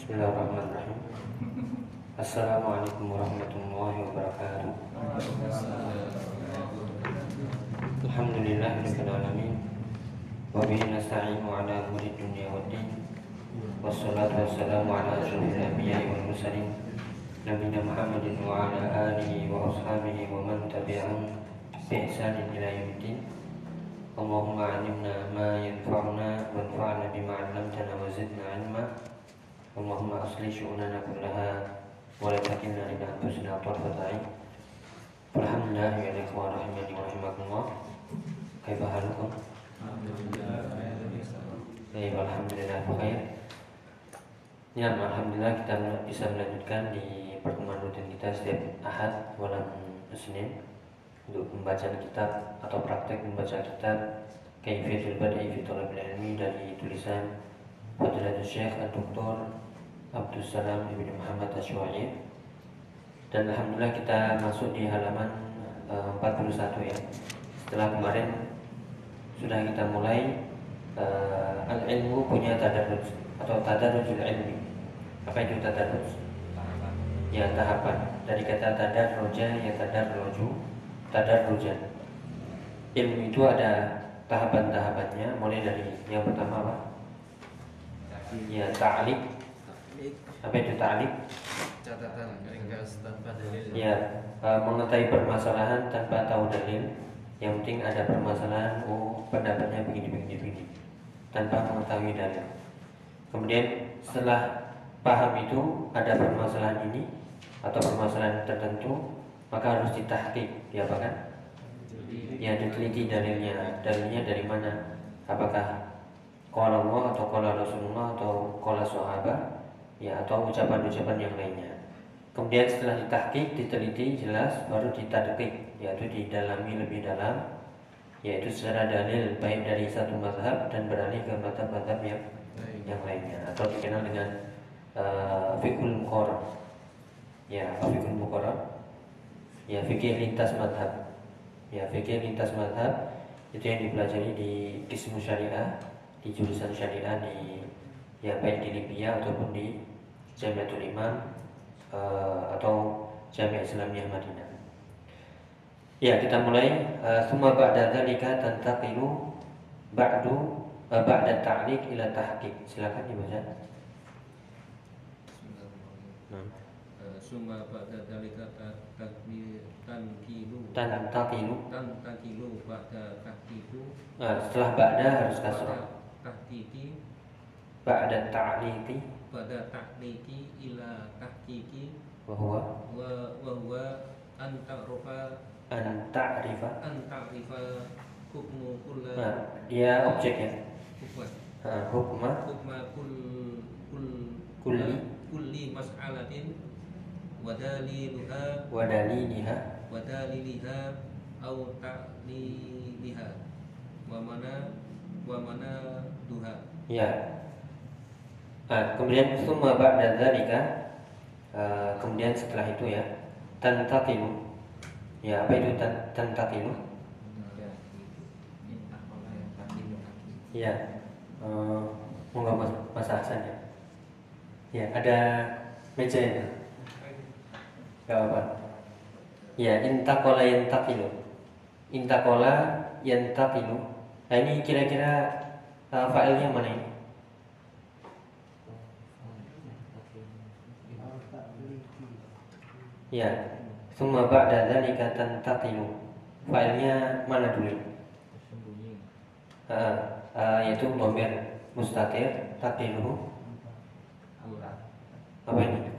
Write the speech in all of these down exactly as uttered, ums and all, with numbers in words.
Bismillahirrahmanirrahim. Assalamualaikum warahmatullahi wabarakatuh. Alhamdulillahirabbil alamin. Wa bihi nasta'inu ala umuri dunya waddin. Wassalatu wassalamu ala asyrofil anbiya'i wal mursalin nabiyina Muhammadin wa ala alihi wa ashabihi wa man tabi'ahum bi ihsanin ila yaumiddin. Allahumma 'allimna ma yanfa'una wanfa'na bima 'allamtana wa zidna 'ilma. Allahumma aslih syu'unana kullaha wa la takilna ila anfusina tarfata 'ain. Alhamdulillah ya ikhwan rahimani wa rahimakumullah. Kaifa halukum? Alhamdulillah. Baik, alhamdulillah bikhair. Ya, alhamdulillah kita bisa melanjutkan di pertemuan rutin kita setiap Ahad malam Senin untuk membaca kitab atau praktek membaca kitab Kaifiyatul Bada'i fi Thalabil Ilmi dari tulisan Fadilatul Syekh Doktor Abdul Salam Ibn Muhammad Asy'ari. Dan alhamdulillah kita masuk di halaman uh, empat puluh satu ya. Setelah kemarin sudah kita mulai uh, al-ilmu punya tadarruj atau tadarrujul ilmi. Apa itu tadarruj? Ya, tahapan. Dari kata tadarruja ya tadarruju, tadarrujan. Ilmu itu ada tahapan-tahapannya, mulai dari yang pertama apa? Ya, ta'liq. Apa itu ta'liq? Catatan ringkas tanpa dalil. Ya, uh, mengetahui permasalahan tanpa tahu dalil. Yang penting ada permasalahan, oh pendapatnya begini begini begini, tanpa mengetahui dalil. Kemudian setelah paham itu ada permasalahan ini atau permasalahan tertentu, maka harus ditahqiq, ya apa kan? Ya, diteliti dalilnya. Dalilnya dari mana? Apakah qala Allah atau qala Rasulullah atau qala sahabat? Ya, atau ucapan-ucapan yang lainnya. Kemudian setelah ditahqiq, diteliti jelas, baru ditadqiq, yaitu didalami lebih dalam, yaitu secara dalil baik dari satu mazhab dan beralih ke mazhab-mazhab yang yang lainnya, atau dikenal dengan uh, fiqhul muqarrar. Ya, apa fiqhul muqarrar? Ya, fikih lintas mazhab. Ya, fikih lintas mazhab itu yang dipelajari di Qismu Syariah, di jurusan Syariah di ya baik di Libya ataupun di Jamiatul Imam uh, atau Jami'ah Islamiyah Madinah. Ya, kita mulai. Summa ba'da dzalika tantaqilu ba'du uh, ba'da ta'liq ila tahqiq. Silakan dibaca. Bismillahirrahmanirrahim. Summa ba'da dzalika tantaqilu Tantaqilu tantaqilu ba'da tahqiqu. Nah, setelah ba'da harus kasrah. Tahqiqi Ba'da ta'liqi pada tahqiqi ila tahqiqi wa huwa wa wa huwa an ta'rifa an ta'rifa. an ta'rifa hukmu kulli. Nah, dia objek ya. hukma Nah, hukma hukma kull kull kulli kulli mas'alatin wa daliluha wa daliliha wa daliliha au ta'liliha wa mana wa mana duha. ya. Nah, kemudian summa ba'da dzalika, uh, kemudian setelah itu ya, tantaqilu. Ya, apa itu tan tantaqilu? Ya. Uh, monggo Mas, Mas Hasan ya. Ya, ada meja ya. Enggak apa-apa. Ya, intaqala yantaqilu. Intaqala yantaqilu. Nah, ini kira-kira uh, failnya mana ini? Ya, summa ba'da dzalika tantaqilu. Failnya mana dulu? Uh, uh, yaitu dhamir mustatir taqiluhu. Apa ini?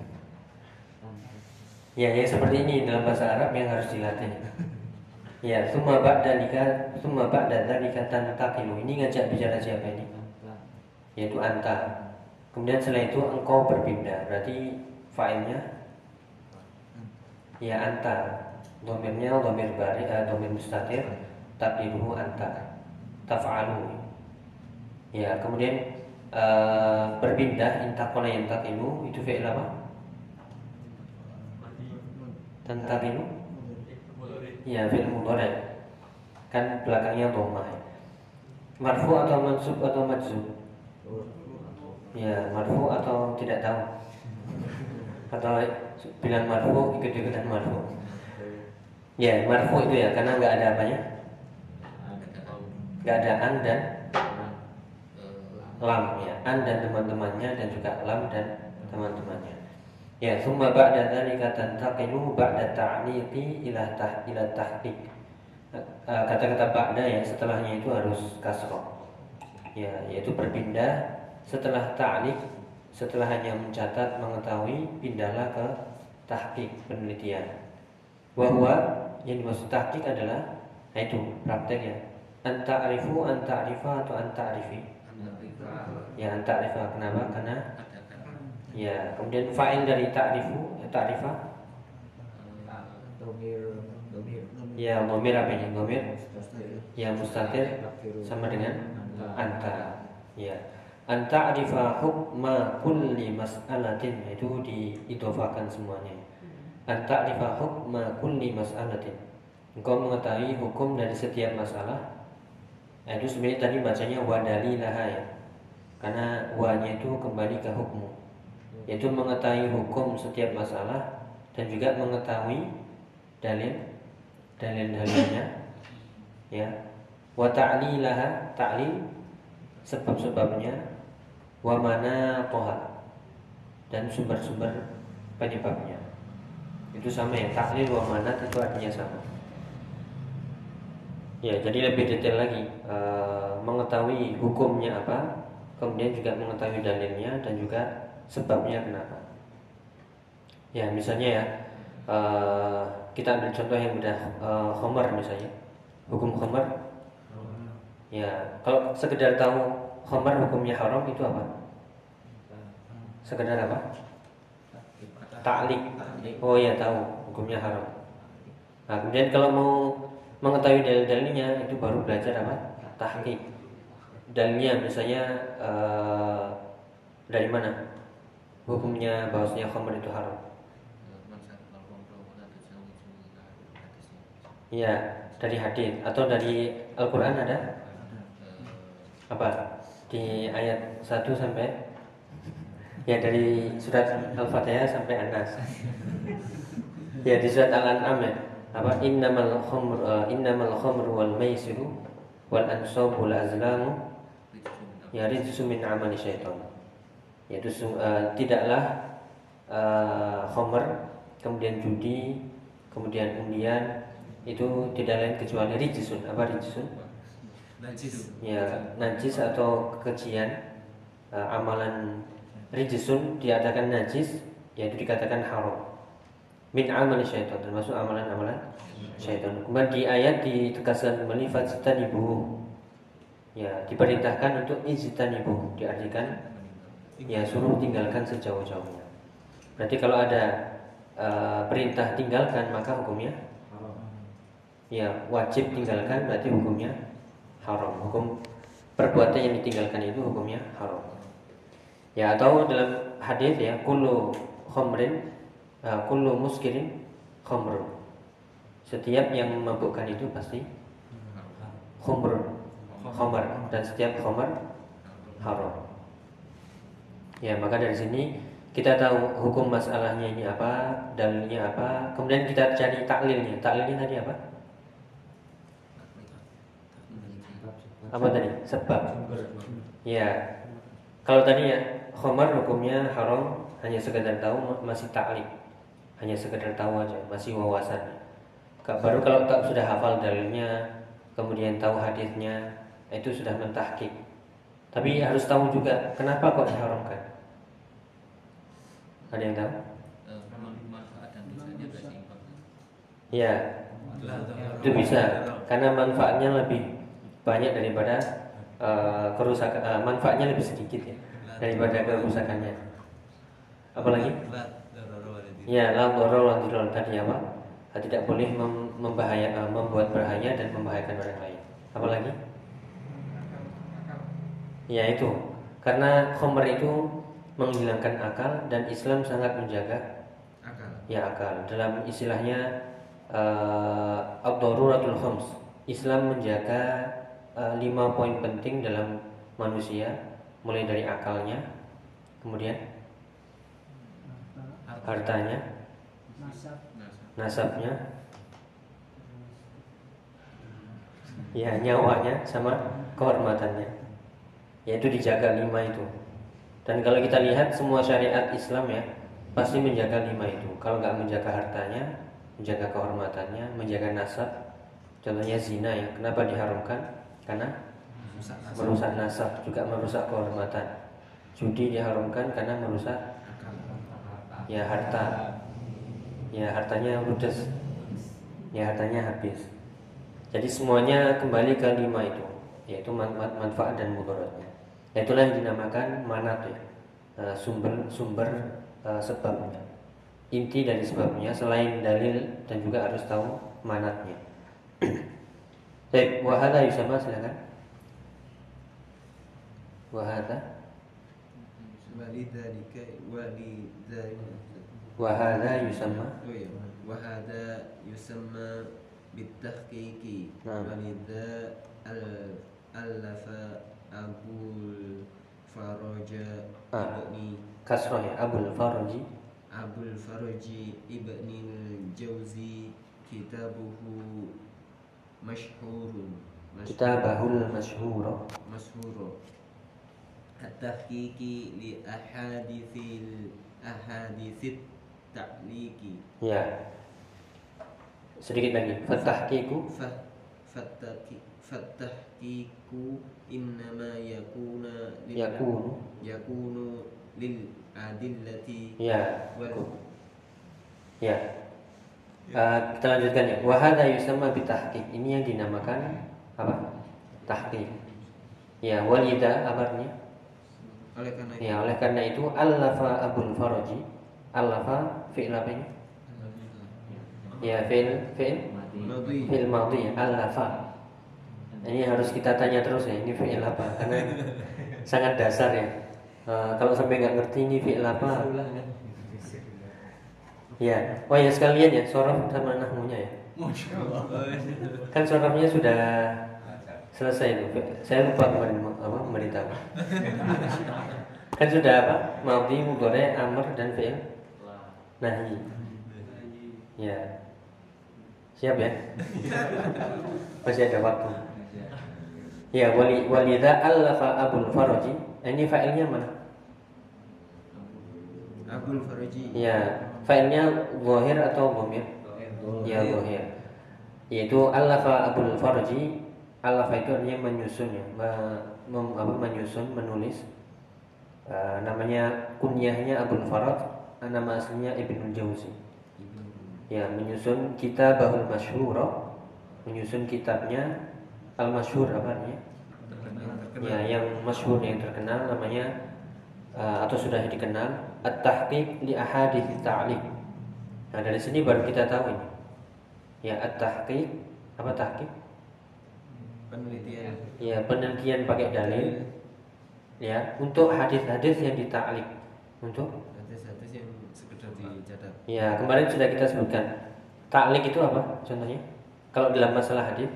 Ya, yang seperti ini dalam bahasa Arab yang harus dilatih. Ya, summa ba'da dzalika, summa ba'da dzalika tantaqilu. Ini ngajak bicara siapa ini? Yaitu anta. Kemudian setelah itu engkau berpindah. Berarti failnya ya anta, dhamirnya dhamir bari, uh, dhamir mustatir, taqdiruhu anta, taf'alu. Ya, kemudian uh, berpindah, intaqala yantaqilu, itu fi'il apa? Tantaqilu? Ya, fi'il mudhari'. Kan belakangnya dhammah. Marfu atau mansub atau majzum? Ya, marfu atau tidak tahu? Atau bilang marfu ikut-ikutan marfu? Ya, marfu itu ya, karena nggak ada apanya, nggak ada an dan lam ya, an dan teman-temannya dan juga lam dan teman-temannya. Ya, summa ba'da dzalika tantaqilu ba'da ta'liqi ila tah ila tahqiq. Kata-kata ba'da ya setelahnya itu harus kasroh. Ya, yaitu berpindah setelah ta'liq, setelah hanya mencatat mengetahui, pindahlah ke tahqiq, penelitian. Wa huwa yang dimaksud tahqiq adalah nah itu praktek ya. Anta arifu, anta arifa atau anta arifi. Ya, anta arifa kenapa? Karena ya, kemudian fa'il dari ta'rifu, ya ta'rifa. Ya, dhamir apa ini? Dhamir ya mustatir sama dengan anta. Ya. Anta arifa hukma kulli mas'alatin, itu diidhofakan semuanya. Anta arifa hukma kulli mas'alatin. Engkau mengetahui hukum dari setiap masalah. Nah, itu sebenarnya tadi bacanya wa dalilaha ya. Karena wa-nya itu kembali ke hukmu, yaitu mengetahui hukum setiap masalah dan juga mengetahui dalil dalil-dalilnya ya. Wa ta'lilaha, ta'lil sebab-sebabnya, wa manaqaha dan sumber-sumber penyebabnya. Itu sama ya, ta'lil wa manat itu artinya sama. Ya, jadi lebih detail lagi, e, mengetahui hukumnya apa, kemudian juga mengetahui dalilnya dan juga sebabnya kenapa. Ya, misalnya ya, uh, kita ambil contoh yang mudah, uh, khamar misalnya. Hukum khamar. Ya, kalau sekedar tahu khamar hukumnya haram itu apa? Sekedar apa? Ta'liq. Oh ya, tahu hukumnya haram. Nah, kemudian kalau mau mengetahui dalil-dalilnya itu baru belajar apa? Tahqiq. Dalilnya misalnya uh, dari mana hukumnya bahwasanya khamr itu haram? Ya, dari hadis atau dari Al-Quran ada? Apa? Di ayat satu sampai ya, dari surat Al-Fatihah sampai An-Nas. Ya, di surat Al-An'am ya. Apa? Innamal khamr uh, innamal khamru wal maisiru wal ansabu wal azlamu ya rijsu min amali syaitan. Yaitu uh, tidaklah uh, khamr, kemudian judi, kemudian undian itu tidak lain kecuali rijsun. Apa rijsun? Najis. Ya, najis atau kekejian. Uh, amalan rijsun diadakan najis, yaitu dikatakan haram. Min amali syaitan, termasuk amalan-amalan syaitan. Kemudian di ayat ditegaskan kembali fajtanibuh. Ya, diperintahkan untuk ijtanibuh, diartikan ya suruh tinggalkan sejauh-jauhnya. Berarti kalau ada uh, perintah tinggalkan maka hukumnya ya wajib tinggalkan, berarti hukumnya haram. Hukum perbuatan yang ditinggalkan itu hukumnya haram. Ya, atau dalam hadis ya, kullu khamrin uh, kullu muskirin khamrun. Setiap yang memabukkan itu pasti khamrun, khamar, dan setiap khamar haram. Ya, maka dari sini kita tahu hukum masalahnya ini apa, dalilnya apa, kemudian kita cari taklilnya. Taklilnya tadi apa? Apa tadi? Sebab. Ya, kalau tadi ya khamar hukumnya haram, hanya sekedar tahu, masih taklil, hanya sekedar tahu aja, masih wawasan. Baru kalau tak sudah hafal dalilnya, kemudian tahu hadisnya, itu sudah mentahqiq. Tapi harus tahu juga kenapa kok diharamkan. Ada yang tahu? Ya, itu bisa, karena manfaatnya lebih banyak daripada uh, kerusakan. Uh, manfaatnya lebih sedikit ya daripada kerusakannya. Apalagi? Ya, la dharar wa dhirar tadi apa? Tidak boleh mem- membahaya, uh, membuat bahaya dan membahayakan orang lain. Apalagi? Ya, itu karena khamr itu menghilangkan akal dan Islam sangat menjaga akal. Ya, akal. Dalam istilahnya uh, ad-daruratul khams. Islam menjaga uh, lima poin penting dalam manusia, mulai dari akalnya, kemudian hartanya, nasab, nasabnya, ya nyawanya sama kehormatannya. Yaitu dijaga lima itu. Dan kalau kita lihat semua syariat Islam ya pasti menjaga lima itu. Kalau nggak menjaga hartanya, menjaga kehormatannya, menjaga nasab. Contohnya zina ya, kenapa diharamkan? Karena merusak nasab, juga merusak kehormatan. Judi diharamkan karena merusak ya harta. Ya hartanya ludes. Ya hartanya habis. Jadi semuanya kembali ke lima itu, yaitu manfaat dan mudaratnya. Itulah yang dinamakan manat ya, sumber sumber uh, sebabnya, inti dari sebabnya selain dalil dan juga harus tahu manatnya. Baik, wahada yusama silakan. Wahada. Walidzalika walidzalika. Wahada yusama. Oh ya, wahada yusamma bitahqiqi. Nah. Walidza al alafa Abul Faraja Ah. ibni Kasroh ya, Abul Faraji. Abul Faraji ibni Jauzi kitabuhu masyhurun Kitabahul masyhur. masyhur at-tahqiqi li ahadithil ahadithit ta'liqi Ya. Sedikit lagi. Fatahqiqu. fa fataki fatahqiqu innama yakuna lil Yakunu. yakunu lil adillati Ya. wal Ya. Uh, kita lanjutkan ya. Wahada yusamma bitahqiq. Ini yang dinamakan apa? Tahqiq. Ya, walida abarnya. oleh karena itu Ya, oleh karena itu allafa Abul Faraji. Allafa fi'il apa ini? Ya, fi'il fi'il madhi fi'il madhi ya, allafa. Ini harus kita tanya terus ya, ini fi'il apa? Karena sangat dasar ya. Uh, kalau sampai nggak ngerti ini fi'il apa, ya. Oh ya sekalian ya, sorof sama nahmunya ya. Kan sorofnya sudah selesai itu. Saya lupa kemarin apa memberitahu. Kan sudah apa? Madhi, mudhari, amr dan fi'il nahi. Ya. Siap ya? Masih ada waktu. Ya, wali walidha allafa Abul Faraji. Ini fa'ilnya mana? Abul Faraji Ya, fa'ilnya zahir atau dhamir? Ya, zahir. Yaitu allafa Abul Faraji. Allafa itu artinya menyusun ya, mem, apa, menyusun, menulis. Uh, namanya kunyahnya Abul Faraj, nama aslinya Ibnu Jauzi. Ya, menyusun Kitabahul Masyhur, menyusun kitabnya Al-Masyhur apa artinya? Ya, yang masyhur yang terkenal namanya uh, atau sudah dikenal At-Tahqiq li Ahadits Ta'liq. Nah, dari sini baru kita tahu ini. Ya, At-Tahqiq apa tahqiq? penelitian Ya, penelitian pakai dalil. Ya, untuk hadis-hadis yang dita'liq. Untuk hadis-hadis yang sekedar dicatat. ya, kemarin sudah kita sebutkan. Ta'liq itu apa contohnya? Kalau dalam masalah hadis,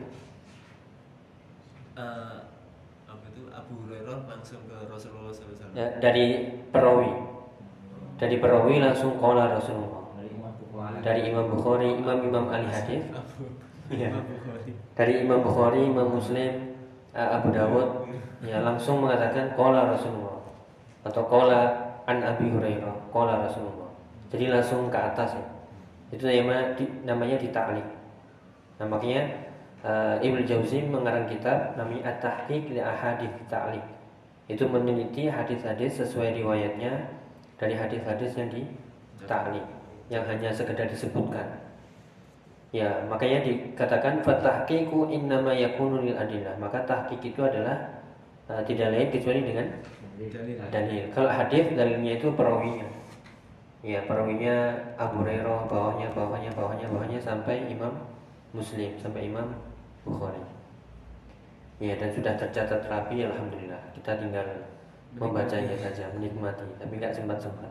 Uh, apa itu Abu Hurairah langsung ke Rasulullah shallallahu alaihi wasallam. ya, dari perawi. Dari perawi langsung qala Rasulullah. Dari Imam Bukhari, imam-imam ahli hadis. Ya. Dari Imam Bukhari, Imam Muslim, Abu Dawud, ya langsung mengatakan qala Rasulullah atau qala an Abi Hurairah, qala Rasulullah. Jadi langsung ke atas ya. Itu namanya namanya dita'liq. Nah, makanya uh, Ibnu Jauzi mengarang kitab namanya At-Tahqiq li Ahadits Ta'liq. Itu meneliti hadis-hadis sesuai riwayatnya dari hadis-hadis yang dita'liq, yang hanya sekedar disebutkan. Ya, makanya dikatakan fatahqiqu innama yakunu lil adillah. Maka tahqiq itu adalah uh, tidak lain kecuali dengan dalil. Kalau hadis dalilnya itu perawinya. Ya, perawinya Abu Hurairah, bawahnya, bawahnya, bawahnya, bawahnya sampai Imam Muslim, sampai Imam Bukhari. Ya, dan sudah tercatat rapi, alhamdulillah. Kita tinggal membacanya saja, menikmati, tapi nggak sempat-sempat.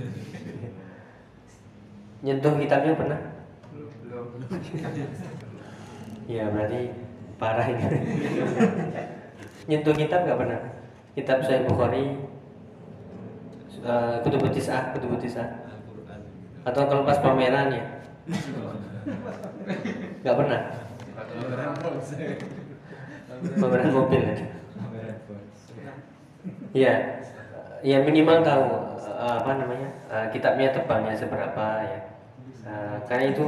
Nyentuh kitabnya pernah? Ya, berarti parah ini. Nyentuh kitab nggak pernah? Kitab Sahih Bukhari, uh, Kutubut Tis'ah, Kutubut Tis'ah. Al-Qur'an. Atau kalau pas pameran ya? Nggak pernah. Pameran mobil aja. Iya, ya minimal tahu uh, apa namanya uh, kitabnya tebalnya seberapa ya. Uh, karena itu.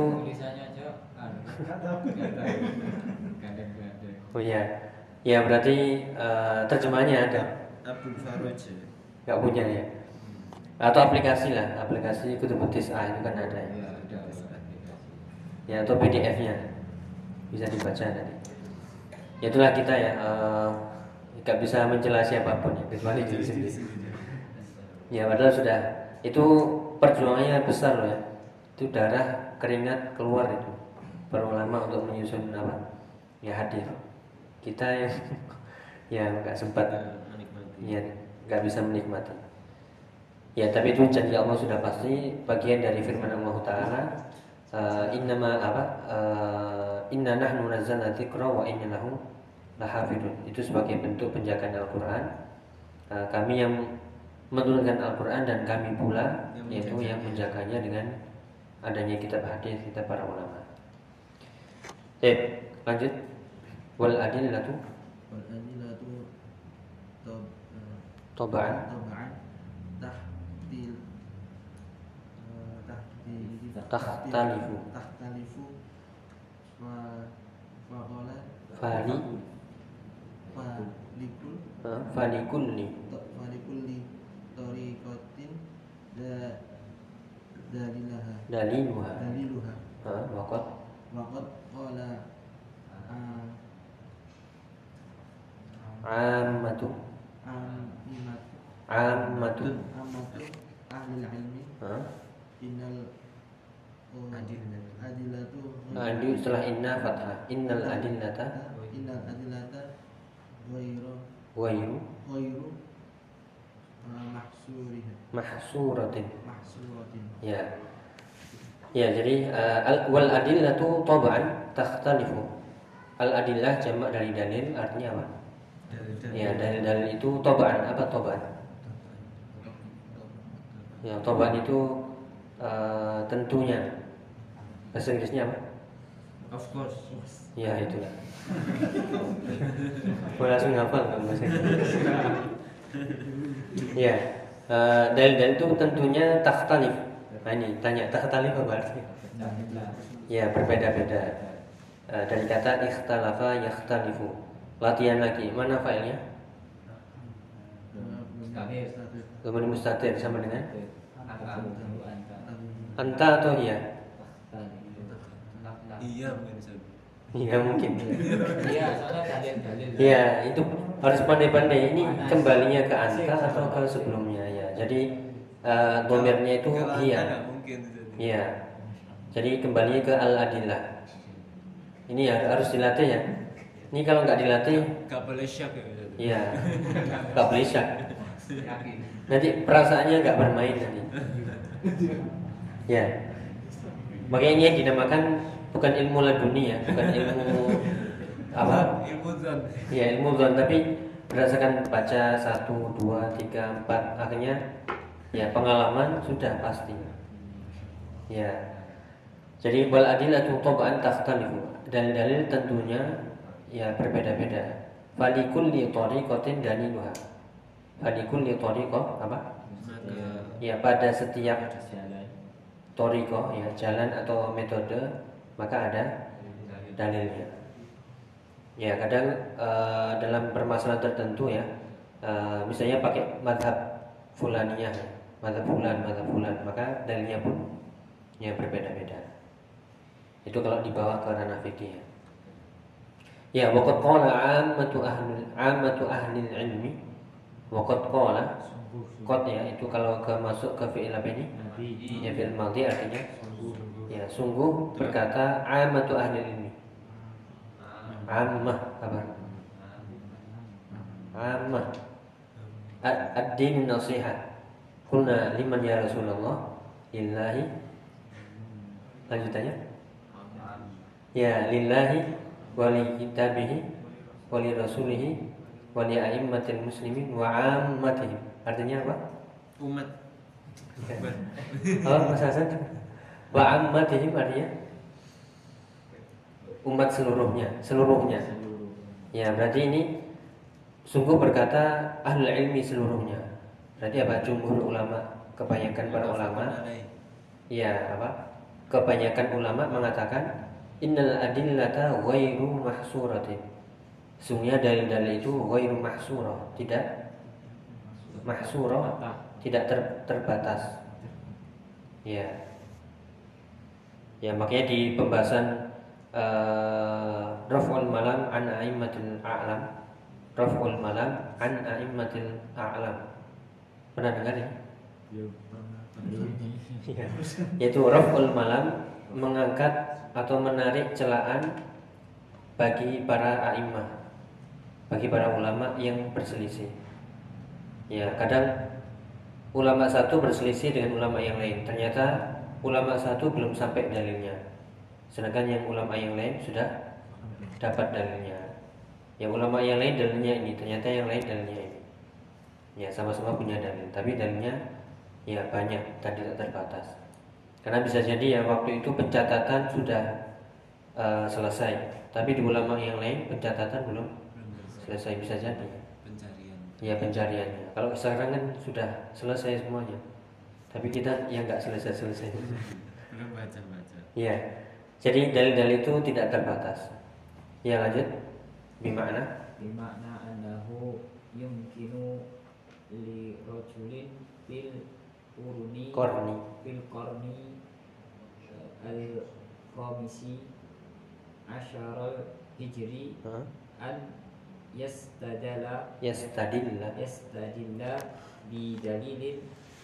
Oh iya, ya berarti uh, terjemahnya ada. Abdul Faraj. Nggak punya ya. Atau aplikasi lah, aplikasi Kutubutis A itu kan ada ya. Ya atau P D F-nya bisa dibaca nanti. Ya itulah kita ya, uh, nggak bisa mencela siapapun ya, kecuali diri sendiri. Ya padahal sudah itu perjuangannya besar loh ya. Itu darah keringat keluar itu para ulama untuk menyusun apa ya hadir. Kita yang ya nggak sempat ya nggak bisa menikmati. Ya tapi itu janji Allah sudah pasti bagian dari firman Allah Taala. Uh, innama apa uh, inna nahnu nazzalna dzikra wa inna lahu lahafidun. Itu sebagai bentuk penjagaan Al-Qur'an. Uh, kami yang menurunkan Al-Qur'an dan kami pula yang yaitu yang menjaganya dengan adanya kitab hadis kita para ulama. Eh, lanjut. Wal adillatu wal adillatu tab'an tab'an tahtil tahtil takhtalifu takhtalifu wa faqala fali falikul falikulli falikulli tariqatin da dalilaha daliluha daliluha ha waqad waqad qala ammatu ammat ammatu ammatu ahli ilmi ha innal adillatu adi setelah inna fathah innal adillata innal adillata ghairu ghairu ghairu mahsuriha mahsuratin mahsuratin ya ya jadi uh, al wal adillatu tab'an takhtalifu. Al adillah jamak dari dalil artinya apa? Ya dalil-dalil itu tab'an. Apa tab'an? Ya tab'an itu uh, tentunya. Bahasa Inggrisnya apa? Of course. Ya itulah. Boleh langsung hafal kan bahasa Inggris. Ya uh, dalil-dalil itu tentunya takhtalif. Nah ini tanya takhtalif apa artinya? Ya berbeda-beda. Uh, dari kata ikhtalafa yakhtalifu. Latihan lagi. Mana failnya? Domir mustatir sama dengan anta atau iya? Iya mungkin Ustaz. Iya mungkin. Iya, soalnya dalil-dalil. Iya itu harus pandai-pandai. Ini kembalinya ke anta atau ke sebelumnya ya. Jadi uh, domirnya itu Kalau iya. Anda nggak mungkin Ustaz. Iya. Jadi kembali ke al-adillah. Ini ya harus dilatih ya. Ini kalau nggak dilatih, Nggak boleh syak ya Ustaz. iya, nggak boleh syak. Nanti perasaannya nggak bermain nanti. Ya. Makanya ini yang dinamakan bukan ilmu laduni ya, bukan ilmu apa? Ilmu zon. Ya ilmu zon, tapi berdasarkan baca satu, dua, tiga, empat, akhirnya ya pengalaman sudah pasti. Ya. Jadi wal adillatu tab'an takhtalifu. Dalil-dalil tentunya ya berbeda-beda. Falikulli tariqatin daliluha. Falikulli tariqah apa? Ya pada setiap tariqah ya jalan atau metode maka ada dalilnya. Ya kadang uh, dalam permasalahan tertentu ya uh, misalnya pakai mazhab fulaniyah, mazhab fulan, mazhab fulan, maka dalilnya pun ya berbeda-beda. Itu kalau dibawa ke ranah fikih. Ya, waqad qala 'ammatu ahli 'ammatu ahli ilmi. Waqad qala qad ya itu kalau ke masuk ke fi'il apa ini? Ya fi'il madhi artinya ya sungguh berkata 'ammatu ahli ilmi. 'ammah apa? 'ammah. Ad-din nasihat. Qulna liman ya Rasulullah? Lillahi. Lanjutannya? Ya lillahi wali kitabihi wali rasulihi wali a'immatil muslimin wa ammatihim. Artinya apa? Umat. Oh, Mas Hasan. Wa ammatihim artinya umat seluruhnya, seluruhnya. Ya, berarti ini sungguh berkata ahlul ilmi seluruhnya. Berarti apa? Jumhur ulama, kebanyakan para ulama. Ya, apa? Kebanyakan ulama mengatakan innal adillata ghairu mahsuratin. Sungguhnya dalil-dalil itu ghairu mahsurah, tidak mahsurah, tidak ter, terbatas. Ya. Ya, makanya di pembahasan uh, Raf'ul Malam an a'immatil a'lam, Raf'ul Malam an a'immatil a'lam. Pernah dengar ya? Ya. Yaitu Raf'ul Malam, mengangkat atau menarik celaan bagi para a'immah, bagi para ulama yang berselisih. Ya, kadang ulama satu berselisih dengan ulama yang lain. Ternyata ulama satu belum sampai dalilnya, sedangkan yang ulama yang lain sudah dapat dalilnya. Yang ulama yang lain dalilnya ini, ternyata yang lain dalilnya ini. Ya, sama-sama punya dalil, tapi dalilnya ya banyak dan tidak terbatas. Karena bisa jadi ya waktu itu pencatatan sudah uh, selesai, tapi di ulama yang lain pencatatan belum selesai, bisa jadi. Pencarian. Ya, pencariannya. Kalau sekarang kan sudah selesai semuanya, tapi kita yang nggak selesai-selesai. Belum baca-baca. Ya, jadi dalil-dalil itu tidak terbatas. Ya, lanjut. Bimana? Bimakna annahu yumkinu li rajulin fil uruni Korni. fil qarni al khamisi asyaral hijri Hah? an yastadala Yastadillah. yastadilla bi dalilin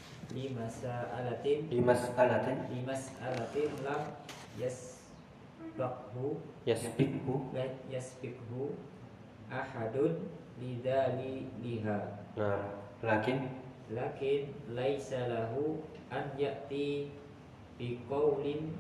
limasalatin Limas'alatin limasalatin lam yasbaqhu yasbiqhu. la yasbikhu ahadun lidzaliliha Nah, lakin lakin laisa lahu an ya'ti biqaulin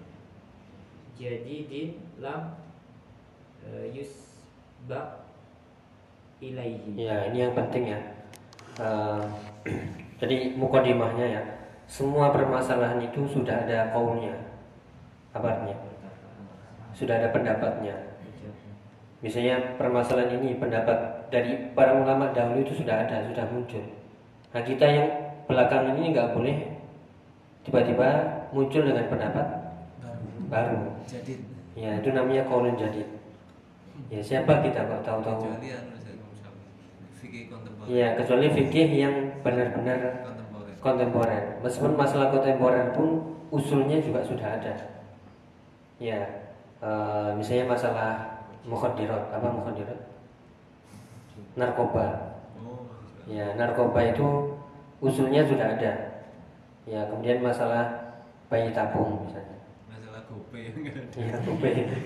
jadidin lam uh, yusbaq ilaihi. ya ini yang penting ya. Uh, jadi mukadimahnya ya, semua permasalahan itu sudah ada qaulnya. Apa artinya? Sudah ada pendapatnya. Misalnya permasalahan ini pendapat dari para ulama dahulu itu sudah ada, sudah muncul. Nah, kita yang belakangan ini nggak boleh tiba-tiba muncul dengan pendapat baru. Jadi Ya, itu namanya qaulun jadid. Ya, siapa kita kok tahu-tahu? kecuali anu saya fikih kontemporer. Ya, kecuali fikih yang benar-benar Kontemporer. kontemporer. Meskipun masalah kontemporer pun usulnya juga sudah ada. Ya, uh, misalnya masalah mukhaddirat, apa mukhaddirat? Narkoba. Oh, Ya, narkoba itu usulnya sudah ada. Ya, kemudian masalah bayi tabung misalnya. masalah gope enggak ada. Ya, gope.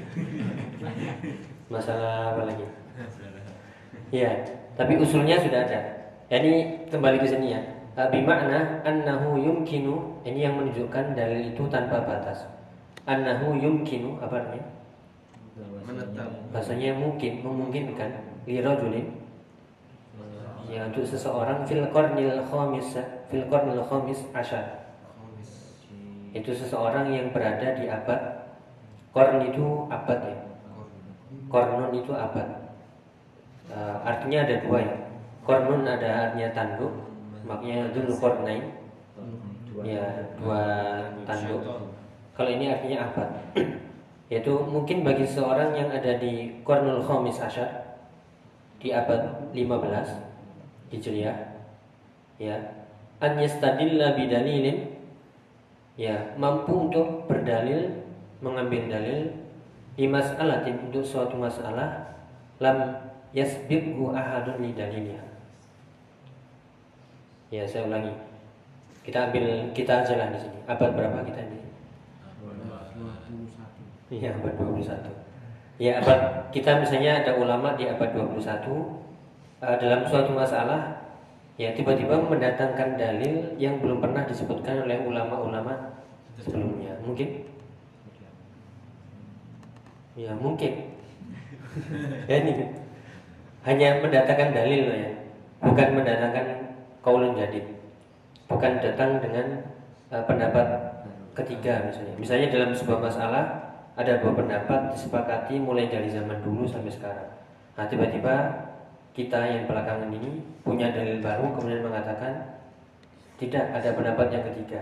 Masalah apa lagi? Masalah. Ya, tapi usulnya sudah ada. Ya, ini kembali ke sini ya. Bimakna annahu yumkinu, ini yang menunjukkan dalil itu tanpa batas. Annahu yumkinu, apa artinya? Menetap. Bahasanya mungkin, memungkinkan li rajulin, ya untuk seseorang fil qarnil khamis, fil qarnil khamis asyar. Itu seseorang yang berada di abad. Qarn itu abad ya. Qarnun itu abad. Uh, artinya ada dua ya. Qarnun ada artinya tanduk, makanya dzul qarnain. Ya, dua tanduk. Kalau ini artinya abad. Yaitu mungkin bagi seseorang yang ada di Qarnul Khamis Asyar, di abad lima belas Hijriah, ya, an yastadilla bidalilin, ya, mampu untuk berdalil, mengambil dalil di mas'alatin, untuk suatu masalah lam yasbiqhu ahadun li dalilnya. Ya, saya ulangi. Kita ambil kita aja lah di sini. Abad berapa kita ini? Iya, abad dua puluh satu. Ya, abad kita misalnya ada ulama di abad dua puluh satu uh, dalam suatu masalah, ya tiba-tiba mendatangkan dalil yang belum pernah disebutkan oleh ulama-ulama sebelumnya. Mungkin? Ya, mungkin. Ya, ini hanya mendatangkan dalil loh ya, bukan mendatangkan qaulun jadid. Bukan datang dengan uh, pendapat ketiga misalnya. Misalnya dalam sebuah masalah ada dua pendapat disepakati mulai dari zaman dulu sampai sekarang. Nah, tiba-tiba kita yang belakangan ini punya dalil baru kemudian mengatakan tidak ada pendapat yang ketiga.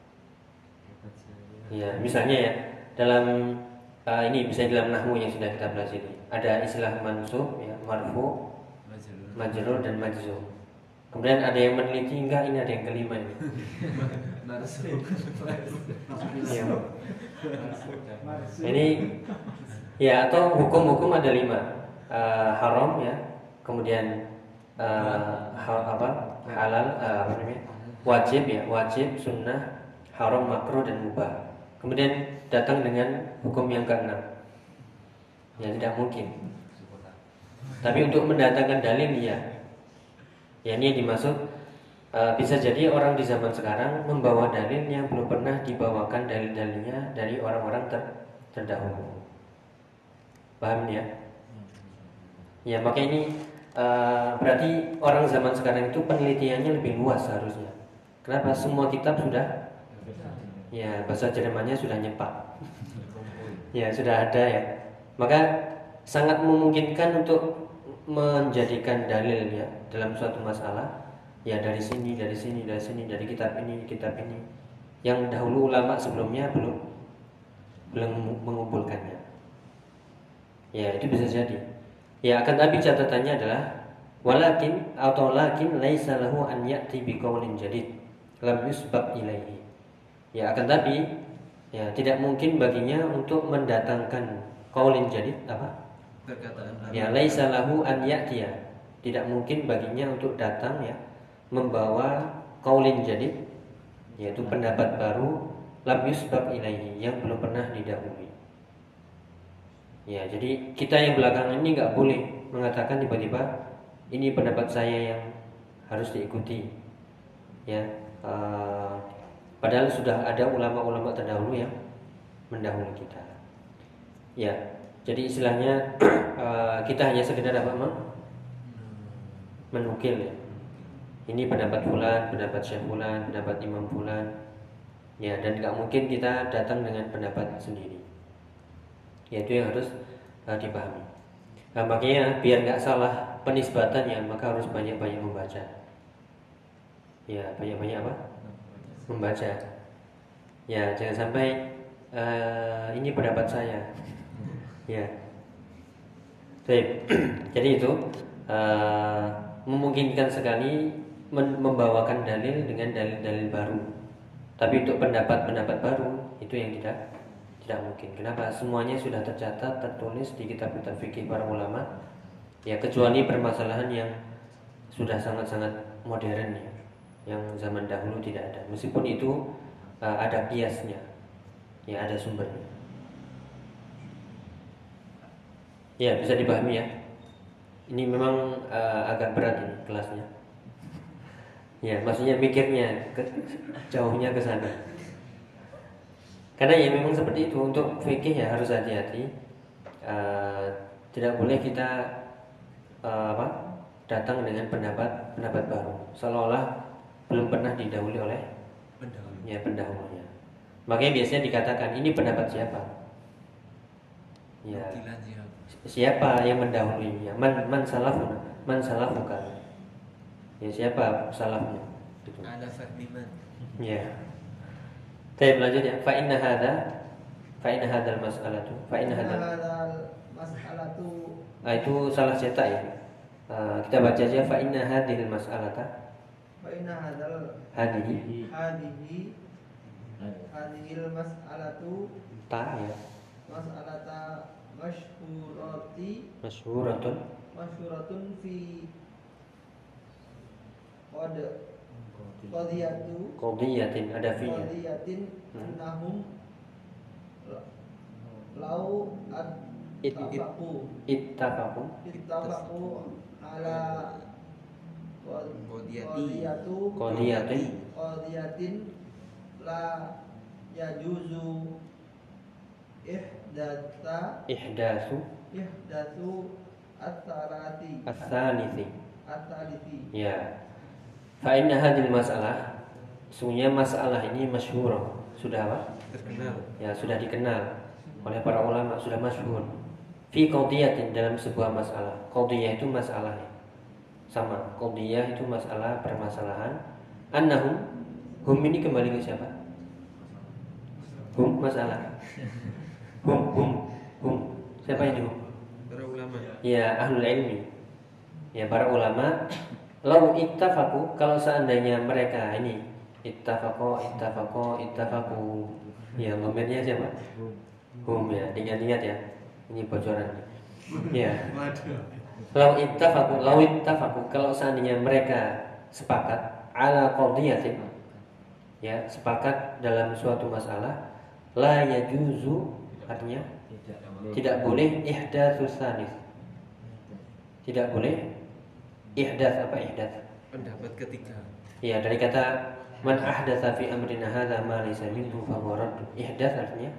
Ya, misalnya ya dalam uh, ini misalnya dalam nahwu yang sudah kita bahas ini ada istilah mansub, ya, marfu, majrur dan majzum. Kemudian ada yang meneliti enggak ini ada yang kelima ini. Ya. Ini ya atau hukum-hukum ada lima. Uh, haram ya, kemudian uh, hal apa halal uh, apa namanya wajib ya wajib sunnah haram makruh dan mubah. Kemudian datang dengan hukum yang keenam ya tidak mungkin. Tapi untuk mendatangkan dalil ya ya ini yang dimaksud uh, bisa jadi orang di zaman sekarang membawa dalil yang belum pernah dibawakan dalil-dalilnya dari orang-orang ter terdahulu. Paham ya? Ya maka ini uh, berarti orang zaman sekarang itu penelitiannya lebih luas seharusnya. Kenapa? Semua kitab sudah, ya bahasa Jermannya sudah nyepak, ya sudah ada ya. Maka sangat memungkinkan untuk menjadikan dalil ya dalam suatu masalah. Ya dari sini, dari sini, dari sini, dari kitab ini, kitab ini. Yang dahulu ulama sebelumnya belum belum mengumpulkannya. Ya itu bisa jadi. Ya akan tapi catatannya adalah walakin atau lakin laisa lahu an ya'ti biqaulin jadid lam yusbaq ilaihi. Ya akan tapi ya tidak mungkin baginya untuk mendatangkan qaulin jadid apa? Perkataan Ya laisa lahu an ya'ti ya. Tidak mungkin baginya untuk datang ya membawa qaulin jadid yaitu pendapat baru lam yusbaq ilaihi yang belum pernah didahului. Ya, jadi kita yang belakangan ini nggak boleh mengatakan tiba-tiba ini pendapat saya yang harus diikuti. Ya, uh, padahal sudah ada ulama-ulama terdahulu yang mendahului kita. Ya, jadi istilahnya uh, kita hanya sekedar apa mah menukil ya. Ini pendapat fulan, pendapat syekh fulan, pendapat imam fulan. Ya, dan nggak mungkin kita datang dengan pendapat sendiri. Ya itu yang harus uh, dipahami. Nah, makanya biar nggak salah penisbatannya maka harus banyak-banyak membaca. Ya banyak-banyak apa? Membaca. Ya jangan sampai uh, ini pendapat saya. Ya. Baik. Jadi itu uh, memungkinkan sekali membawakan dalil dengan dalil-dalil baru. Tapi untuk pendapat-pendapat baru itu yang tidak tidak mungkin. Kenapa? Semuanya sudah tercatat, tertulis di kitab-kitab fikih para ulama. Ya kecuali permasalahan yang sudah sangat-sangat modern ya, yang zaman dahulu tidak ada. Meskipun itu uh, ada kiasnya, ya ada sumbernya. Ya bisa dipahami ya. Ini memang uh, agak berat ini kelasnya. Ya maksudnya mikirnya ke, jauhnya ke sana. Karena ya memang seperti itu untuk fikih ya harus hati-hati. Uh, tidak boleh kita uh, apa datang dengan pendapat pendapat baru seolah-olah belum pernah didahului oleh pendahulu. Ya pendahulunya. Makanya biasanya dikatakan ini pendapat siapa? Ya siapa yang mendahulunya? Man man salafuna, man salafuka. Ya siapa salafnya? Gitu. Ada fahmiman. Ya. Saya belajar ya. Fa inna hadza fa inna hadzal mas'alatu fa inna hadzal mas'alatu. Ah itu salah cetak ya. Uh, kita baca aja fa inna hadzal mas'alata. Fa inna hadzal Hadihi hadihi hadhil mas'alatu ta ya. mas'alata masyhurati Masyhuratun masyhuratun fi qad qadiyatu qadiyatin ada fi. qadiyatin annahum lau at-tabaqu Ittafaqu ittafaqu ala qadiyatu qadiyatin qadiyatin la yajuzu ihdatsa ihdasu ihdatsu at-tarati ats-tsalisi. at-talifi. Ya. Fa inna hadhil mas'alah sungguhnya masalah ini masyhur, sudah apa? Terkenal. Ya, sudah dikenal oleh para ulama, sudah masyhur. Fi qadiyatin, dalam sebuah masalah. Qadiyah itu masalah. Sama, qadiyah itu masalah, permasalahan. Annahum, hum ini kembali ke siapa? Hum masalah. Hum hum hum. Siapa itu? Para ulama. Ya, ahlul ilmi. Ya, para ulama. Lau ittafaqu, kalau seandainya mereka ini ittafaqo ittafaqo ittafaqu. Ya, momennya siapa? Hum ya, ingat-ingat ya. Ini bocoran. Ya. Lau ittafaqu, lau ittafaqu, kalau seandainya mereka sepakat ala qadiyatin, ya, sepakat dalam suatu masalah, la yajuzu, artinya tidak boleh ihdatsus tsanis. Tidak boleh ihdats, apa ihdats? Pendapat ketiga. Ya, dari kata man ahdatsa fi amrina hadza ma laysa minhu fa huwa radd. Ihdaats artinya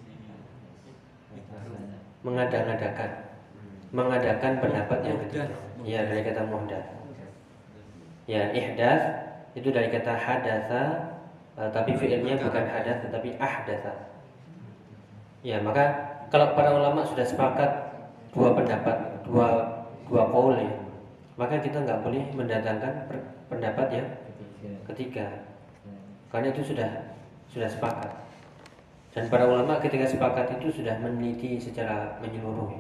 mengada-ngadakan, mengadakan pendapat yang ketiga. Ya, dari kata muhdats. Ya, ihdaats itu dari kata hadatsa, uh, tapi fi'ilnya bukan hadas tetapi ahdatsa. Ya, maka kalau para ulama sudah sepakat dua pendapat, dua dua qaul ya, maka kita nggak boleh mendatangkan pendapat yang ketiga, karena itu sudah sudah sepakat. Dan para ulama ketika sepakat itu sudah meneliti secara menyeluruh.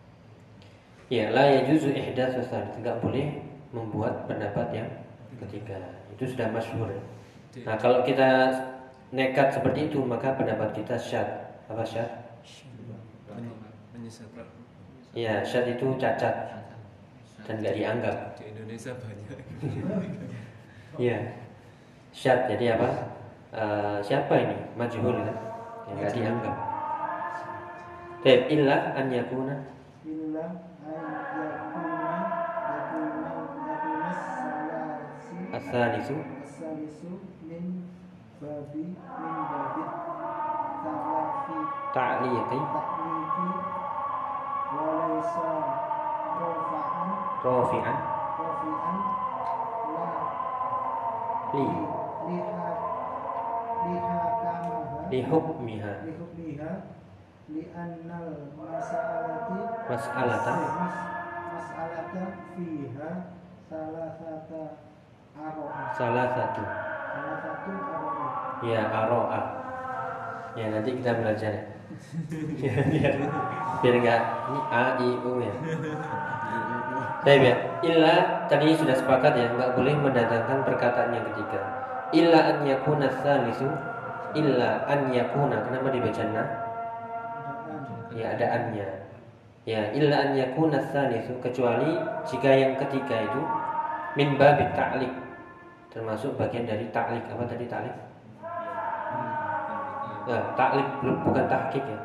Ya, la yajuzu ihdatsus tsalis, tidak boleh membuat pendapat yang ketiga. Itu sudah masyhur. Nah, kalau kita nekat seperti itu, maka pendapat kita syad. Apa syad? Menyesat. Ya, syad itu cacat dan nggak dianggap. Di Indonesia banyak. Ya, syad jadi apa? Uh, siapa ini? Majhul kan? Yang nggak dianggap. Taib illa an yakuna illa ayyakuna yakuna yakuna salasi as-salisu as-salisu min babi min babi talafi ta'liqi takliki walaysa rofa'an rafi'an rofi'an la li liha liha kamaha li hukmiha lihukmiha li'annal mas'alati mas'alata mas mas'alata fiha salasata aro'a salah satu. salah satu aro'a Ya, aro'a. Ya, nanti kita belajar. Ya, biar biar enggak ini a i u ya. Baik ya. Illa tadi sudah sepakat ya, enggak boleh mendatangkan perkataan yang ketiga. Illa an yakuna tsalisu, illa an yakuna. Kenapa dibaca na? Ya, ada annya. Ya, illa an yakuna tsalisu, kecuali jika yang ketiga itu min babit ta'liq, termasuk bagian dari ta'liq. Apa tadi ta'liq? Ya, ta'liq bukan tahqiq ya.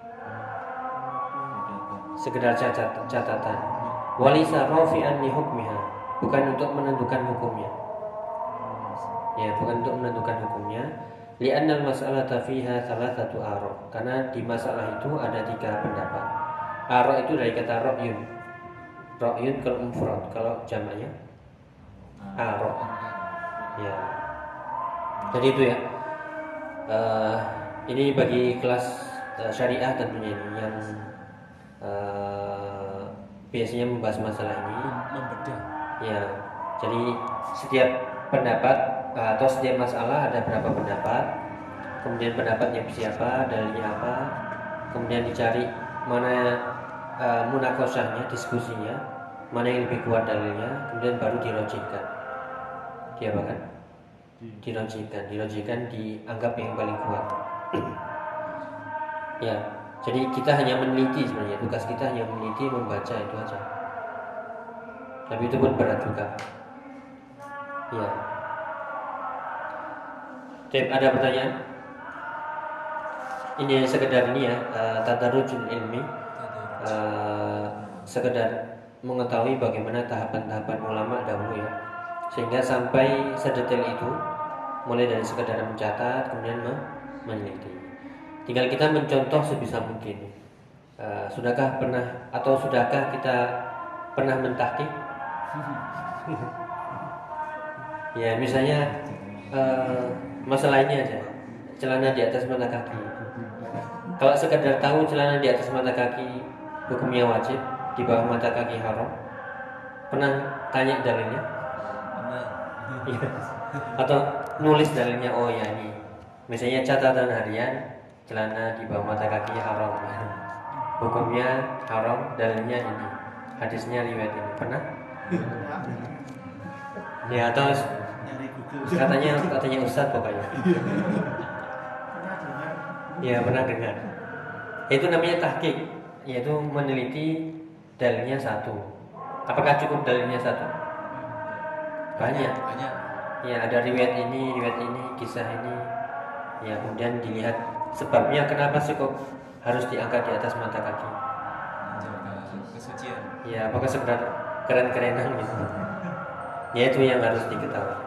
Sekedar catat, catatan. Walisa rafi'an li hukmiha, bukan untuk menentukan hukumnya. Ya, bukan untuk menentukan hukumnya. Li'annal mas'alata fiha salasatu ara', karena di masalah itu ada tiga pendapat. Ara' itu dari kata ra'yun. Ra'yun kalau mufrad, kalau jamaknya ara'. Ya. Jadi itu ya. Uh, ini bagi kelas uh, syariah tentunya ini yang uh, biasanya membahas masalah ini. Membedah. Ya. Jadi setiap pendapat uh, atau setiap masalah ada berapa pendapat, kemudian pendapatnya siapa, dalilnya apa, kemudian dicari mana uh, munakosahnya, diskusinya, mana yang lebih kuat dalilnya, kemudian baru dirojihkan. Dia apa kan? Dirojihkan, dirojihkan dianggap yang paling kuat. Ya, jadi kita hanya meneliti sebenarnya, tugas kita hanya meneliti, membaca itu aja. Tapi itu pun berat juga. Ya. Jadi ada pertanyaan? Ini sekedar ini ya, uh, tadarrujul ilmi, uh, sekedar mengetahui bagaimana tahapan-tahapan ulama dahulu ya, sehingga sampai sedetail itu, mulai dari sekedar mencatat, kemudian meneliti. Tinggal kita mencontoh sebisa mungkin. Uh, sudahkah pernah atau sudahkah kita pernah mentahqiq? Ya, misalnya uh, masalah ini aja, celana di atas mata kaki. Kalau sekedar tahu celana di atas mata kaki hukumnya wajib, di bawah mata kaki haram, pernah tanya dalilnya? Pernah. Iya. Atau nulis dalilnya, oh ya ini, misalnya catatan harian celana di bawah mata kaki haram, hukumnya haram, dalilnya ini, hadisnya riwayat ini, pernah? Ya atau Nyari Google. katanya katanya ustadz pokoknya. Ya pernah dengar. Itu namanya tahqiq, yaitu meneliti dalilnya satu. Apakah cukup dalilnya satu? Banyak. Banyak. Ya ada riwayat ini, riwayat ini, kisah ini. Ya kemudian dilihat sebabnya kenapa sih kok harus diangkat di atas mata kaki. Menjaga kesucian. Ya apakah sekedar keren-kerenan gitu. Ya itu yang harus diketahui.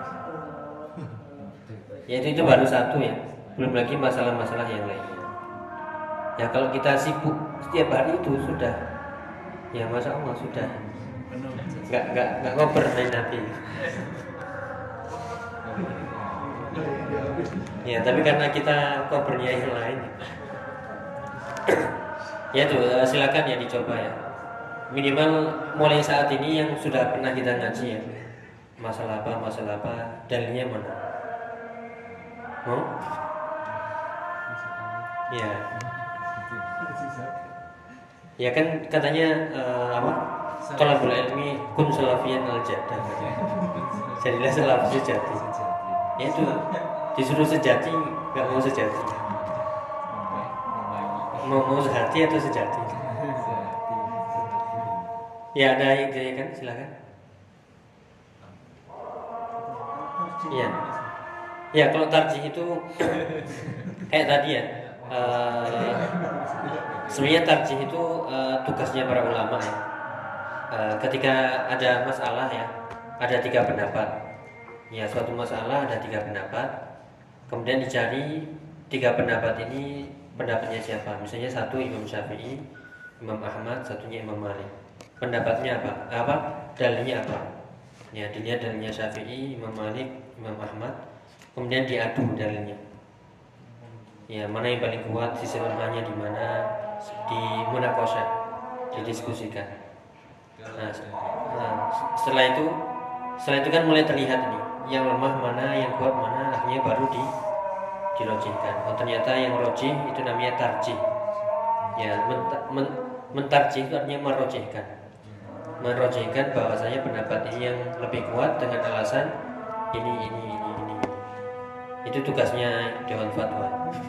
Ya itu, itu baru satu ya. Belum lagi masalah-masalah yang lainnya. Ya kalau kita sibuk setiap hari itu sudah, ya masya Allah sudah. Penuh. Nggak nggak nggak ngoper main Nabi. Ya tapi karena kita covernya yang lain. Ya tuh silakan ya dicoba ya. Minimal mulai saat ini yang sudah pernah kita ngaji ya. Masalah apa, masalah apa, dalilnya mana? Mau? Ya. Ya kan katanya uh, apa? Thalabul ilmi kun salafiyan al jaddah. Jadilah salafi sejati. Ya itu disuruh sejati, nggak mau sejati. Mau mau sejati atau sejati? Ya ada ide kan, silakan. Iya. Ya kalau tarjih itu kayak tadi ya. Uh, sebenarnya tarjih itu uh, tugasnya para ulama ya. Uh, ketika ada masalah ya, ada tiga pendapat. Ya suatu masalah ada tiga pendapat. Kemudian dicari tiga pendapat ini pendapatnya siapa. Misalnya satu Imam Syafi'i, Imam Ahmad, satunya Imam Malik. Pendapatnya apa? Apa? Dalilnya apa? Ya dilihat dalilnya Syafi'i, Imam Malik, Imam Ahmad. Kemudian diadu dalilnya. Ya mana yang paling kuat, sisi lemahnya di mana, di munaqashah, didiskusikan. Nah, nah, setelah itu, setelah itu kan mulai terlihat nih, yang lemah mana, yang kuat mana, akhirnya baru di dirojihkan. Oh ternyata yang rojih itu namanya tarjih. Ya men, men, mentarjih itu artinya merojihkan, merojihkan bahwasanya pendapat ini yang lebih kuat dengan alasan ini, ini, ini, ini. Itu tugasnya Dewan Fatwa.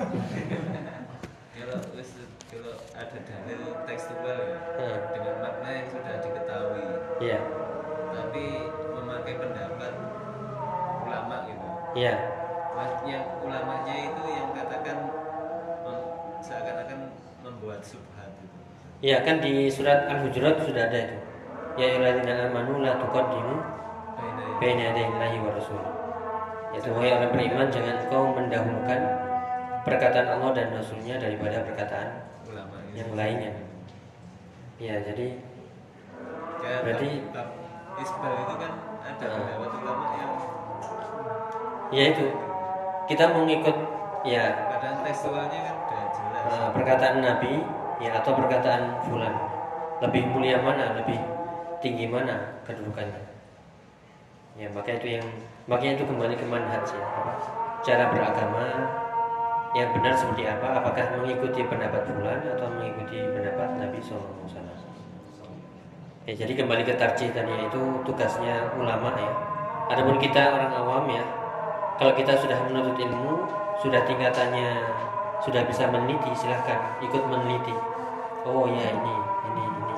Kalau kalau ada dalil tekstual ya, Hmm. dengan makna yang sudah diketahui, Iya, tapi memakai pendapat ulama gitu. iya, Mas, yang ulamanya itu yang katakan mem- seakan-akan membuat subhat gitu. iya kan di surat Al-Hujurat sudah ada itu. Ya ayyuhalladzina amanu la tuqaddimu baina yadayillahi wa rasulih. Yaitu wahai orang beriman, jangan engkau mendahulukan perkataan Allah dan Rasulnya daripada perkataan Ulama yang lainnya. Ya jadi kayak berarti bab, bab isbal itu kan ada uh, pendapat ulama yang ya itu kita mau ngikut ya padahal tekstualnya kan udah jelas. uh, perkataan Nabi ya atau perkataan fulan, lebih mulia mana, lebih tinggi mana kedudukannya. Ya maka itu yang makanya itu kembali ke manhaj ya, apa? Cara beragama yang benar seperti apa? Apakah mengikuti pendapat fulan atau mengikuti pendapat Nabi shallallahu alaihi wasallam? Ya, jadi kembali ke tarjih tadi, itu tugasnya ulama ya. Adapun kita orang awam ya, kalau kita sudah menuntut ilmu, sudah tingkatannya sudah bisa meneliti, silahkan ikut meneliti. Oh ya ini, ini, ini.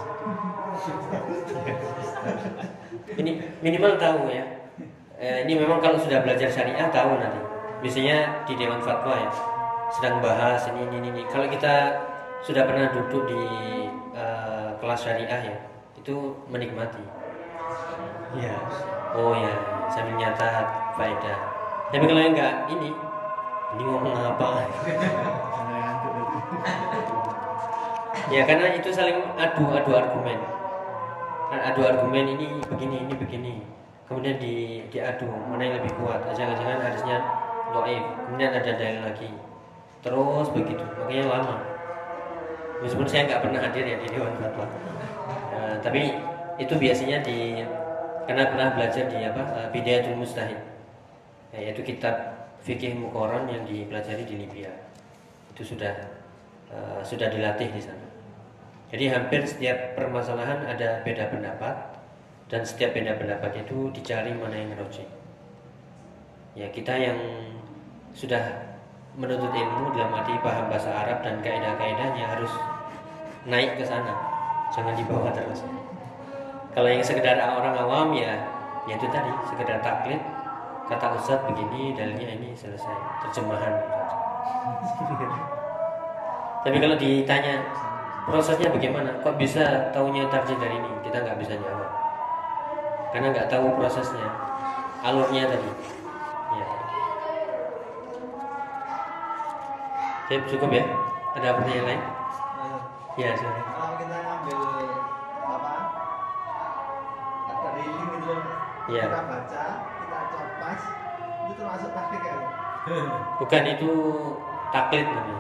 Ini minimal tahu ya. Eh, ini memang kalau sudah belajar syariah tahu nanti. Biasanya di Dewan Fatwa ya, sedang bahas ini, ini, ini. Kalau kita sudah pernah duduk di uh, kelas syariah ya, itu menikmati. Ya, oh ya, sambil nyatat faedah. Tapi kalau yang enggak ini, ini ngomong apa? Ya karena itu saling adu adu argumen. Adu argumen ini begini, ini begini. kemudian di diadu mana yang lebih kuat, jangan-jangan hadisnya dhaif, kemudian ada dalil lagi, terus begitu, makanya lama. Meskipun saya nggak pernah hadir ya di Dewan Fatwa, nah, tapi itu biasanya di karena pernah belajar di apa Bidayatul Mujtahid, ya, yaitu kitab fikih Muqarran yang dipelajari di Libya. Itu sudah uh, sudah dilatih di sana. Jadi hampir setiap permasalahan ada beda pendapat, dan setiap beda pendapat itu dicari mana yang rojih. Ya, kita yang sudah menuntut ilmu dalam arti paham bahasa Arab dan kaidah-kaidahnya harus naik ke sana, jangan dibawa terus. Kalau yang sekedar orang awam ya, ya itu tadi sekedar taklid, kata ustaz begini, dalilnya ini, selesai, terjemahan. Tapi kalau ditanya prosesnya bagaimana, kok bisa taunya tarjih dari ini, kita nggak bisa jawab, karena nggak tahu prosesnya, alurnya tadi. Ya. Oke, cukup ya. Ada pertanyaan lain? Ya, silakan. Kalau kita ngambil apa? Dari link itu, Ya. kita baca, kita copas, itu termasuk taktik ya? Bukan, itu taklid namanya.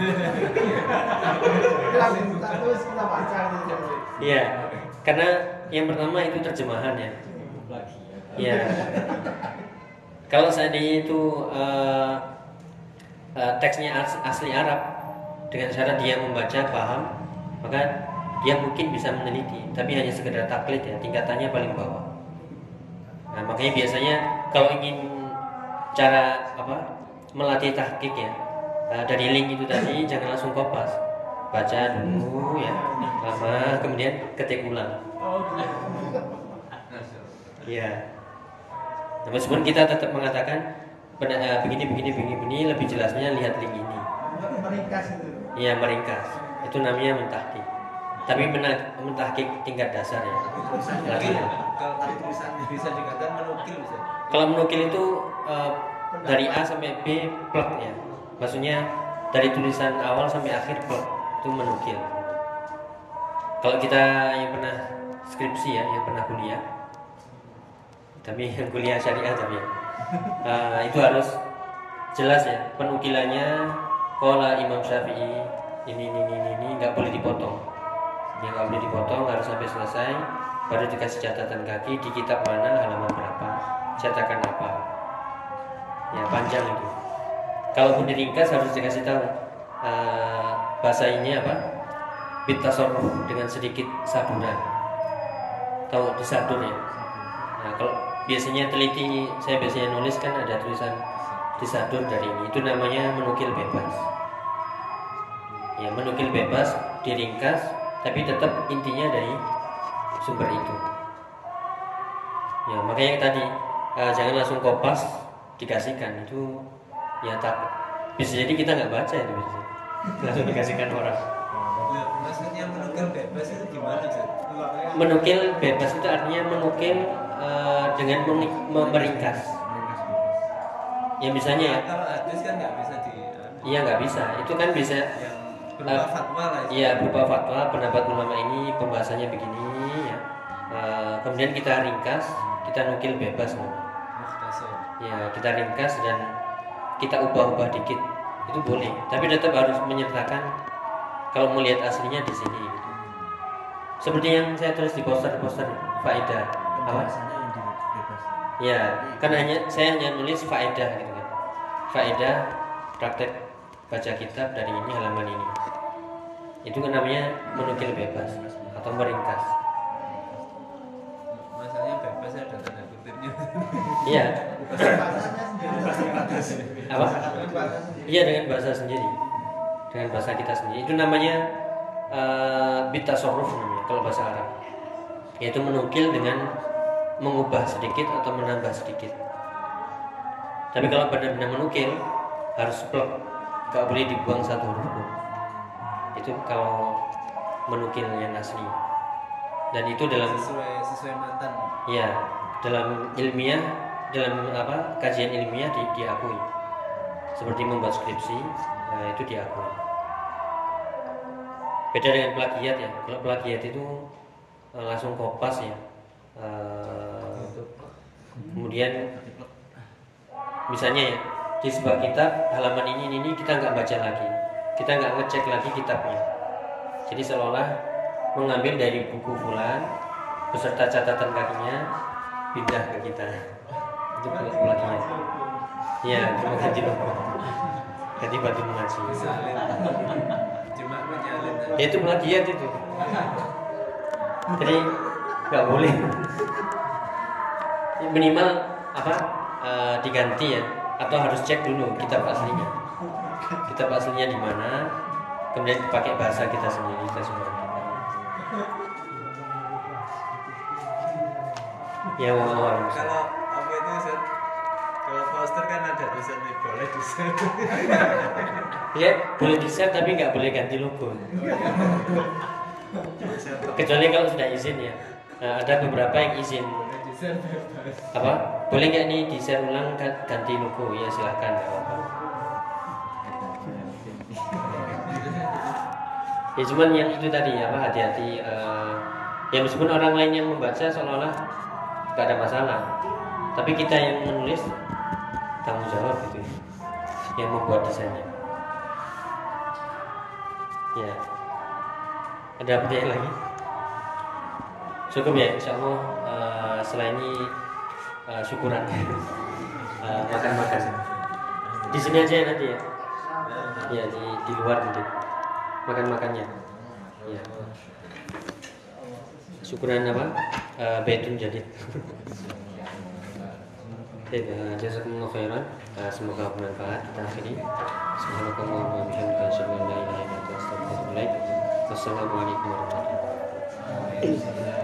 Kita buka terus kita baca gitu. Iya, karena yang pertama itu terjemahan ya. Iya. Kalau seandainya itu uh, uh, teksnya as- asli Arab dengan syarat dia membaca paham, maka dia mungkin bisa meneliti. Tapi hanya sekedar taklid ya, tingkatannya paling bawah. Nah, makanya biasanya kalau ingin cara apa melatih tahqiq ya, uh, dari link itu tadi jangan langsung kopas, baca dulu ya lama, kemudian ketik ulang. Iya. Nah, meskipun kita tetap mengatakan begini begini begini begini, lebih jelasnya lihat link ini. Meringkas itu. Iya, meringkas. Itu namanya mentahqiq. Tapi mena- mentahqiq tingkat dasar ya. Lagi. Kalau tadi tulisannya bisa dikatakan menukil bisa. Kalau menukil itu uh, dari A sampai B plek ya. Maksudnya dari tulisan awal sampai akhir plek, itu menukil. Kalau kita yang pernah skripsi ya, yang pernah kuliah, tapi yang kuliah syariah tapi ya, uh, itu harus jelas ya penukilannya. Qala Imam Syafi'i ini ini ini ini nggak boleh dipotong, ya nggak boleh dipotong, harus sampai selesai, baru dikasih catatan kaki di kitab mana, halaman berapa, cetakan apa, ya panjang itu. Kalaupun diringkas harus dikasih tahu uh, bahasa ini apa, bitasarruf, dengan sedikit saduran, tahu disadur ya. Nah, kalau biasanya teliti, saya biasanya nulis kan ada tulisan disadur dari ini, itu namanya menukil bebas. Ya, menukil bebas, diringkas, tapi tetap intinya dari sumber itu. Ya, makanya yang tadi uh, jangan langsung kopas dikasihkan, itu ya tak bisa jadi kita nggak baca itu bisa langsung dikasihkan orang. Maksudnya menukil bebas itu gimana sih? Menukil bebas itu artinya menukil uh, dengan memi- meringkas. Ya misalnya ya, Kalau hadis kan nggak bisa di. iya nggak bisa. Itu kan bisa. Yang berupa fatwa lah. Iya, berupa fatwa, pendapat ulama ini pembahasannya begini ya. Uh, kemudian kita ringkas, kita nukil bebas. Mukhtasar. Ya, kita ringkas dan kita ubah-ubah dikit, itu boleh. Tapi tetap harus menyertakan kalau melihat aslinya di sini. Gitu. Seperti yang saya tulis di poster-poster faedah. Apa? Ya, kan hanya saya hanya nulis faedah gitu kan. Faedah praktek baca kitab dari ini halaman ini. Itu kan namanya menukil bebas atau meringkas. Masalahnya bebas ada tanda kutipnya. Iya. Bahasanya sendiri. Apa? Bahasa sendiri. Iya, dengan bahasa sendiri. Dengan bahasa kita sendiri. Itu namanya uh, bitasarruf namanya kalau bahasa Arab. Yaitu menukil dengan mengubah sedikit atau menambah sedikit. Tapi kalau benar-benar menukil harus plek, nggak boleh dibuang satu huruf pun. Itu kalau menukil yang asli. Dan itu dalam sesuai sesuai matan. ya dalam ilmiah, dalam apa kajian ilmiah di, diakui. Seperti membuat skripsi, nah itu diakui. Beda dengan plagiat ya. Kalau plagiat itu eh, langsung kopas ya. Eh, Kemudian misalnya ya di sebuah kitab halaman ini ini kita nggak baca lagi, kita nggak ngecek lagi kitabnya. Jadi seolah mengambil dari buku fulan beserta catatan kakinya pindah ke kita. Itu pelaginya. Iya, cuma ganti logo, ganti batu mengaji. Cuma menyalin aja. Ya itu plagiat itu. Jadi nggak boleh. Minimal apa uh, diganti ya, atau harus cek dulu kitab aslinya. Kitab aslinya di mana, kemudian pakai bahasa kita sendiri kita semua. Ya Allah. Kalau apa itu Ustaz? Kalau poster kan ada tulisannya boleh di-share. Ya boleh di-share tapi nggak boleh ganti logo. Kecuali kalau sudah izin ya. Nah, ada beberapa yang izin. Apa? Boleh nggak nih di-share ulang ganti logo? Ya silahkan. Nggak apa-apa. Ya cuman yang itu tadi apa hati-hati. Uh, ya meskipun orang lain yang membaca seolah-olah nggak ada masalah, tapi kita yang menulis tanggung jawab gitu ya, yang membuat desainnya. Ya, ada pertanyaan lagi? Cukup ya, insya Allah uh, setelah ini uh, syukuran uh, makan-makan. Di sini aja ya nanti ya. Ya di di luar nanti makan-makannya. Ya. Syukuran apa? Uh, Baitun Jadid. Jazakumullah khairan. Uh, semoga bermanfaat. Kita akhiri. Subhanakallahumma wa bihamdika asyhadu an la ilaha illa anta astaghfiruka wa atubu ilaik. Wassalamualaikum warahmatullahi wabarakatuh.